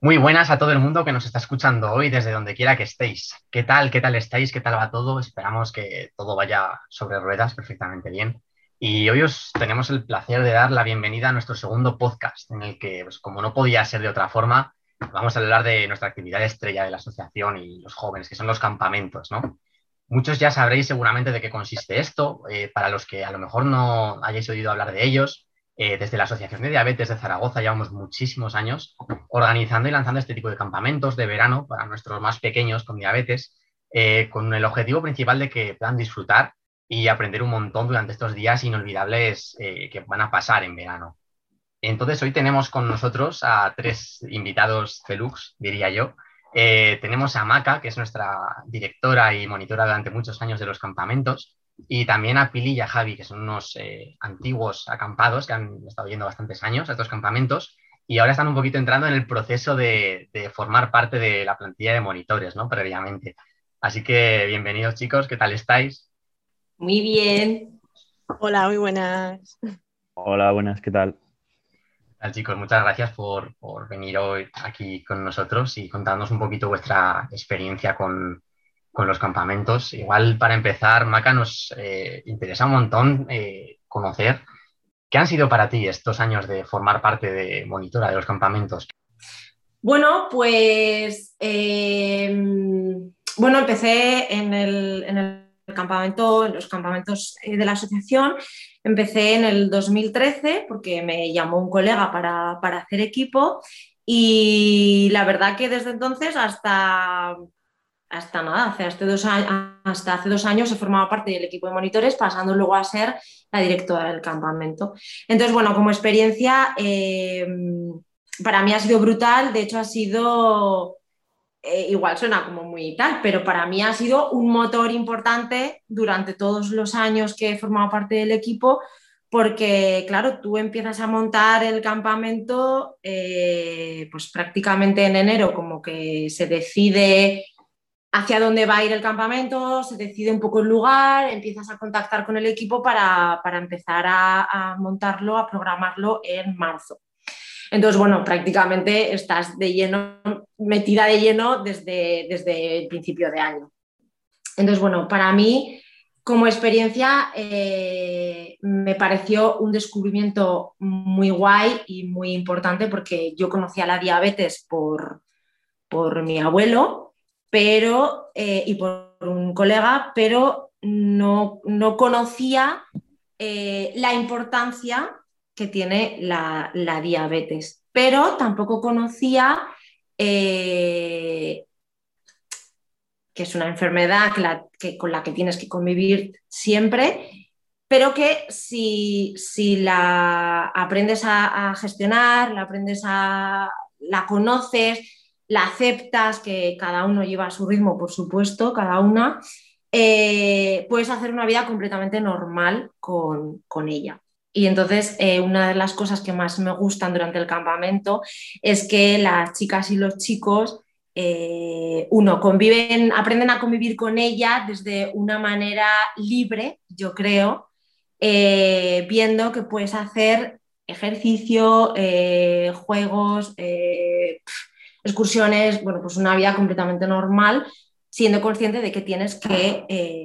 Muy buenas a todo el mundo que nos está escuchando hoy desde donde quiera que estéis. ¿Qué tal? ¿Qué tal estáis? ¿Qué tal va todo? Esperamos que todo vaya sobre ruedas perfectamente bien. Y hoy os tenemos el placer de dar la bienvenida a nuestro segundo podcast, en el que, pues, como no podía ser de otra forma, vamos a hablar de nuestra actividad estrella de la asociación y los jóvenes, que son los campamentos, ¿no? Muchos ya sabréis seguramente de qué consiste esto. Para los que a lo mejor no hayáis oído hablar de ellos, desde la Asociación de Diabetes de Zaragoza llevamos muchísimos años organizando y lanzando este tipo de campamentos de verano para nuestros más pequeños con diabetes, con el objetivo principal de que puedan disfrutar y aprender un montón durante estos días inolvidables que van a pasar en verano. Entonces, hoy tenemos con nosotros a tres invitados deluxe, diría yo. Tenemos a Maca, que es nuestra directora y monitora durante muchos años de los campamentos, y también a Pili y a Javi, que son unos antiguos acampados que han estado yendo bastantes años a estos campamentos y ahora están un poquito entrando en el proceso de formar parte de la plantilla de monitores, ¿no? Previamente. Así que bienvenidos, chicos, ¿qué tal estáis? Muy bien. Hola, muy buenas. Hola, buenas, ¿qué tal? Tal, chicos, muchas gracias por venir hoy aquí con nosotros y contarnos un poquito vuestra experiencia con los campamentos. Igual para empezar, Maca, nos interesa un montón conocer qué han sido para ti estos años de formar parte de monitora de los campamentos. Bueno, pues bueno, empecé en el campamento, en los campamentos de la asociación. Empecé en el 2013 porque me llamó un colega para hacer equipo y la verdad que desde entonces hasta nada, hasta hace 2 años he formado parte del equipo de monitores, pasando luego a ser la directora del campamento. Entonces, bueno, como experiencia, para mí ha sido brutal. De hecho, ha sido, igual suena como muy tal, pero para mí ha sido un motor importante durante todos los años que he formado parte del equipo, porque claro, tú empiezas a montar el campamento pues prácticamente en enero, como que se decide hacia dónde va a ir el campamento, se decide un poco el lugar, empiezas a contactar con el equipo para empezar a montarlo, a programarlo en marzo. Entonces, bueno, prácticamente estás de lleno, metida de lleno desde el principio de año. Entonces, bueno, para mí, como experiencia, me pareció un descubrimiento muy guay y muy importante porque yo conocía la diabetes por mi abuelo, pero, y por un colega, pero no conocía la importancia que tiene la diabetes, pero tampoco conocía que es una enfermedad con la que tienes que convivir siempre, pero que si la aprendes a gestionar, la conoces, la aceptas, que cada uno lleva a su ritmo, por supuesto, cada una, puedes hacer una vida completamente normal con ella. Y entonces, una de las cosas que más me gustan durante el campamento es que las chicas y los chicos, aprenden a convivir con ella desde una manera libre, yo creo, viendo que puedes hacer ejercicio, juegos, excursiones, bueno, pues una vida completamente normal, siendo consciente de que tienes que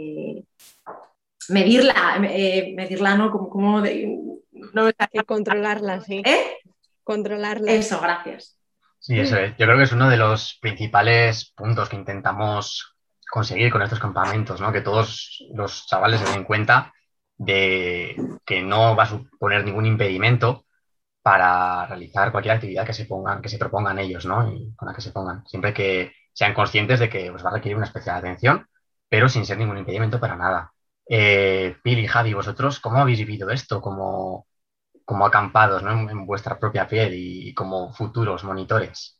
medirla, ¿no? No me Que controlarla, sí. ¿Eh? Controlarla. Eso, gracias. Sí, eso es. Yo creo que es uno de los principales puntos que intentamos conseguir con estos campamentos, ¿no? Que todos los chavales se den cuenta de que no va a suponer ningún impedimento para realizar cualquier actividad que se pongan, que se propongan ellos, ¿no? Y con la que se pongan. Siempre que sean conscientes de que os va a requerir una especial atención, pero sin ser ningún impedimento para nada. Pili, Javi, vosotros, ¿cómo habéis vivido esto como acampados, ¿no? En vuestra propia piel y como futuros monitores?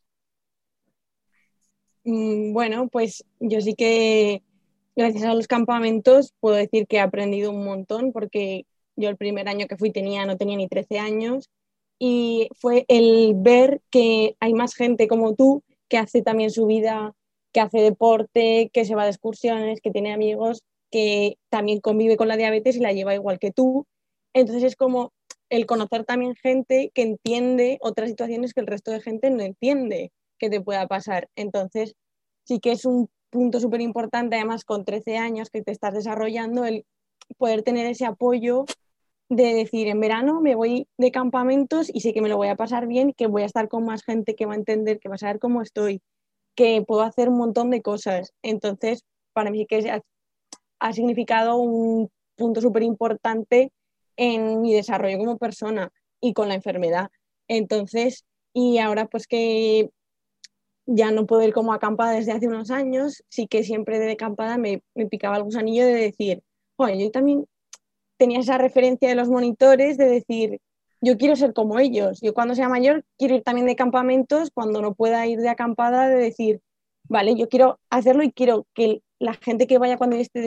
Bueno, pues yo sí que gracias a los campamentos puedo decir que he aprendido un montón porque yo el primer año que fui no tenía ni 13 años y fue el ver que hay más gente como tú que hace también su vida, que hace deporte, que se va de excursiones, que tiene amigos, que también convive con la diabetes y la lleva igual que tú. Entonces es como el conocer también gente que entiende otras situaciones que el resto de gente no entiende, que te pueda pasar. Entonces, sí que es un punto súper importante, además con 13 años que te estás desarrollando, el poder tener ese apoyo de decir, en verano me voy de campamentos y sé que me lo voy a pasar bien, que voy a estar con más gente que va a entender, que va a saber cómo estoy, que puedo hacer un montón de cosas. Entonces, para mí sí que ha significado un punto súper importante en mi desarrollo como persona y con la enfermedad. Entonces, y ahora pues que ya no puedo ir como acampada desde hace unos años, sí que siempre de acampada me picaba el gusanillo de decir, bueno, yo también tenía esa referencia de los monitores de decir, yo quiero ser como ellos, yo cuando sea mayor quiero ir también de campamentos, cuando no pueda ir de acampada de decir, vale, yo quiero hacerlo y quiero que la gente que vaya cuando yo esté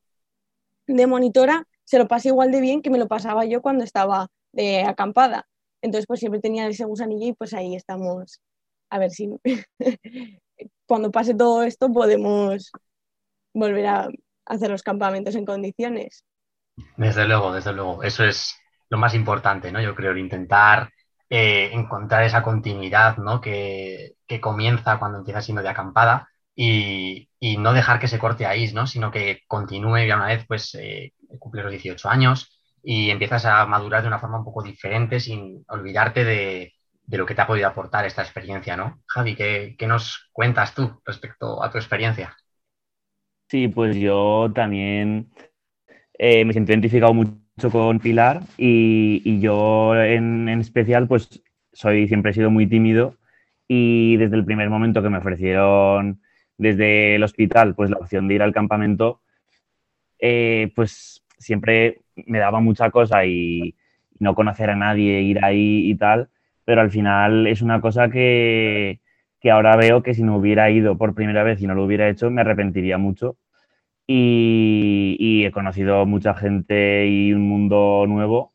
de monitora se lo pase igual de bien que me lo pasaba yo cuando estaba de acampada. Entonces pues siempre tenía ese gusanillo y pues ahí estamos, a ver si cuando pase todo esto podemos volver a hacer los campamentos en condiciones. Desde luego, desde luego. Eso es lo más importante, ¿no? Yo creo, el intentar encontrar esa continuidad, ¿no? Que comienza cuando empiezas siendo de acampada y no dejar que se corte ahí, ¿no? Sino que continúe ya una vez, pues, cumple los 18 años y empiezas a madurar de una forma un poco diferente sin olvidarte de lo que te ha podido aportar esta experiencia, ¿no? Javi, ¿qué nos cuentas tú respecto a tu experiencia? Sí, pues yo también me siento identificado mucho con Pilar y yo en especial pues siempre he sido muy tímido y desde el primer momento que me ofrecieron desde el hospital pues la opción de ir al campamento, pues siempre me daba mucha cosa y no conocer a nadie, ir ahí y tal, pero al final es una cosa que ahora veo que si no hubiera ido por primera vez y no lo hubiera hecho me arrepentiría mucho y he conocido mucha gente y un mundo nuevo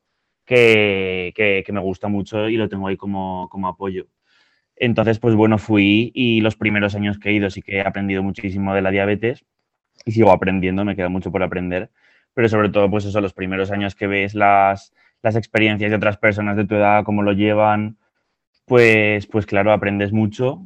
que me gusta mucho y lo tengo ahí como apoyo. Entonces, pues bueno, fui y los primeros años que he ido sí que he aprendido muchísimo de la diabetes y sigo aprendiendo, me queda mucho por aprender, pero sobre todo, pues eso, los primeros años que ves las experiencias de otras personas de tu edad, cómo lo llevan, pues claro, aprendes mucho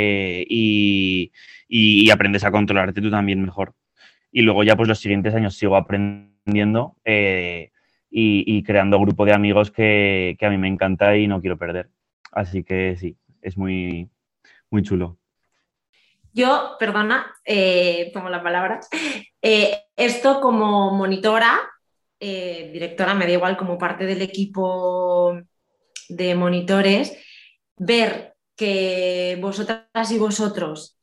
y aprendes a controlarte tú también mejor. Y luego ya pues los siguientes años sigo aprendiendo y creando grupo de amigos que a mí me encanta y no quiero perder. Así que sí, es muy, muy chulo. Yo, perdona, tomo la palabra. Esto como monitora, directora, me da igual, como parte del equipo de monitores, ver que vosotras y vosotros,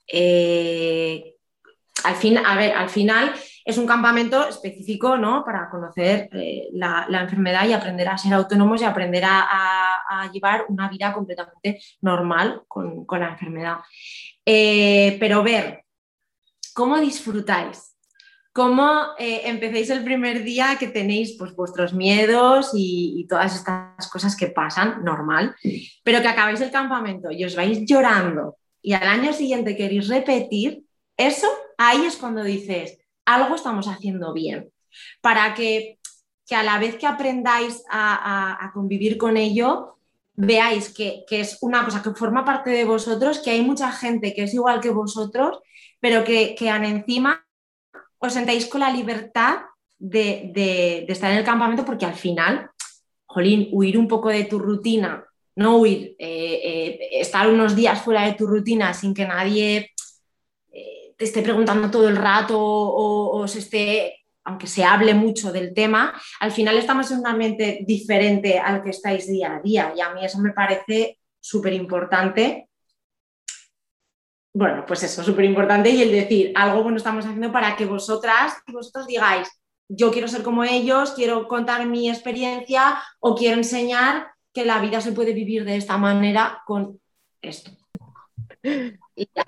al final es un campamento específico, ¿no? Para conocer la enfermedad y aprender a ser autónomos y aprender a llevar una vida completamente normal con la enfermedad. Pero ver cómo disfrutáis, cómo empecéis el primer día que tenéis pues, vuestros miedos y todas estas cosas que pasan, normal, pero que acabáis el campamento y os vais llorando y al año siguiente queréis repetir, eso ahí es cuando dices, algo estamos haciendo bien, para que a la vez que aprendáis a convivir con ello, veáis que es una cosa que forma parte de vosotros, que hay mucha gente que es igual que vosotros, pero que encima os sentáis con la libertad de estar en el campamento porque al final, jolín, huir un poco de tu rutina, no huir, estar unos días fuera de tu rutina sin que nadie te esté preguntando todo el rato o se esté, aunque se hable mucho del tema, al final estamos en un ambiente diferente al que estáis día a día y a mí eso me parece súper importante. Bueno, pues eso, súper importante y el decir algo bueno estamos haciendo para que vosotras y vosotros digáis, yo quiero ser como ellos, quiero contar mi experiencia o quiero enseñar que la vida se puede vivir de esta manera con esto. Y ya.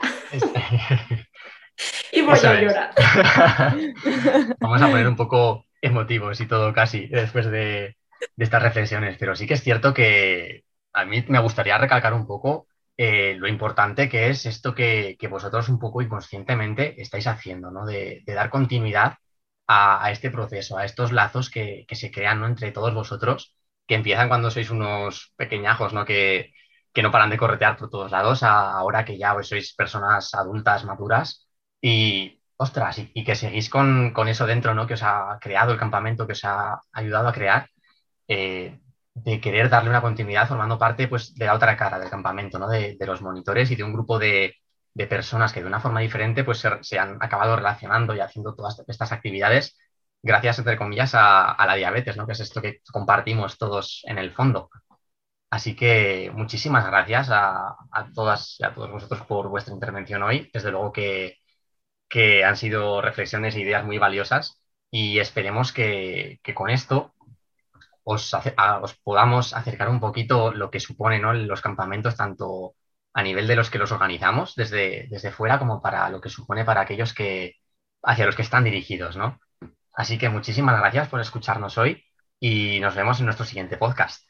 Y voy Eso a es. llorar. Vamos a poner un poco emotivos y todo casi después de estas reflexiones, pero sí que es cierto que a mí me gustaría recalcar un poco lo importante que es esto que vosotros un poco inconscientemente estáis haciendo, ¿no? De dar continuidad a este proceso, a estos lazos que se crean, ¿no? Entre todos vosotros, que empiezan cuando sois unos pequeñajos, ¿no? Que que no paran de corretear por todos lados ahora que ya pues, sois personas adultas, maduras y, ostras, y que seguís con eso dentro, ¿no? Que os ha creado el campamento, que os ha ayudado a crear, de querer darle una continuidad formando parte pues, de la otra cara del campamento, ¿no? De los monitores y de un grupo de personas que de una forma diferente pues, se han acabado relacionando y haciendo todas estas actividades gracias, entre comillas, a la diabetes, ¿no? Que es esto que compartimos todos en el fondo. Así que muchísimas gracias a todas y a todos vosotros por vuestra intervención hoy. Desde luego que han sido reflexiones e ideas muy valiosas y esperemos que con esto os podamos acercar un poquito lo que supone, ¿no? Los campamentos, tanto a nivel de los que los organizamos desde fuera como para lo que supone para aquellos hacia los que están dirigidos, ¿no? Así que muchísimas gracias por escucharnos hoy y nos vemos en nuestro siguiente podcast.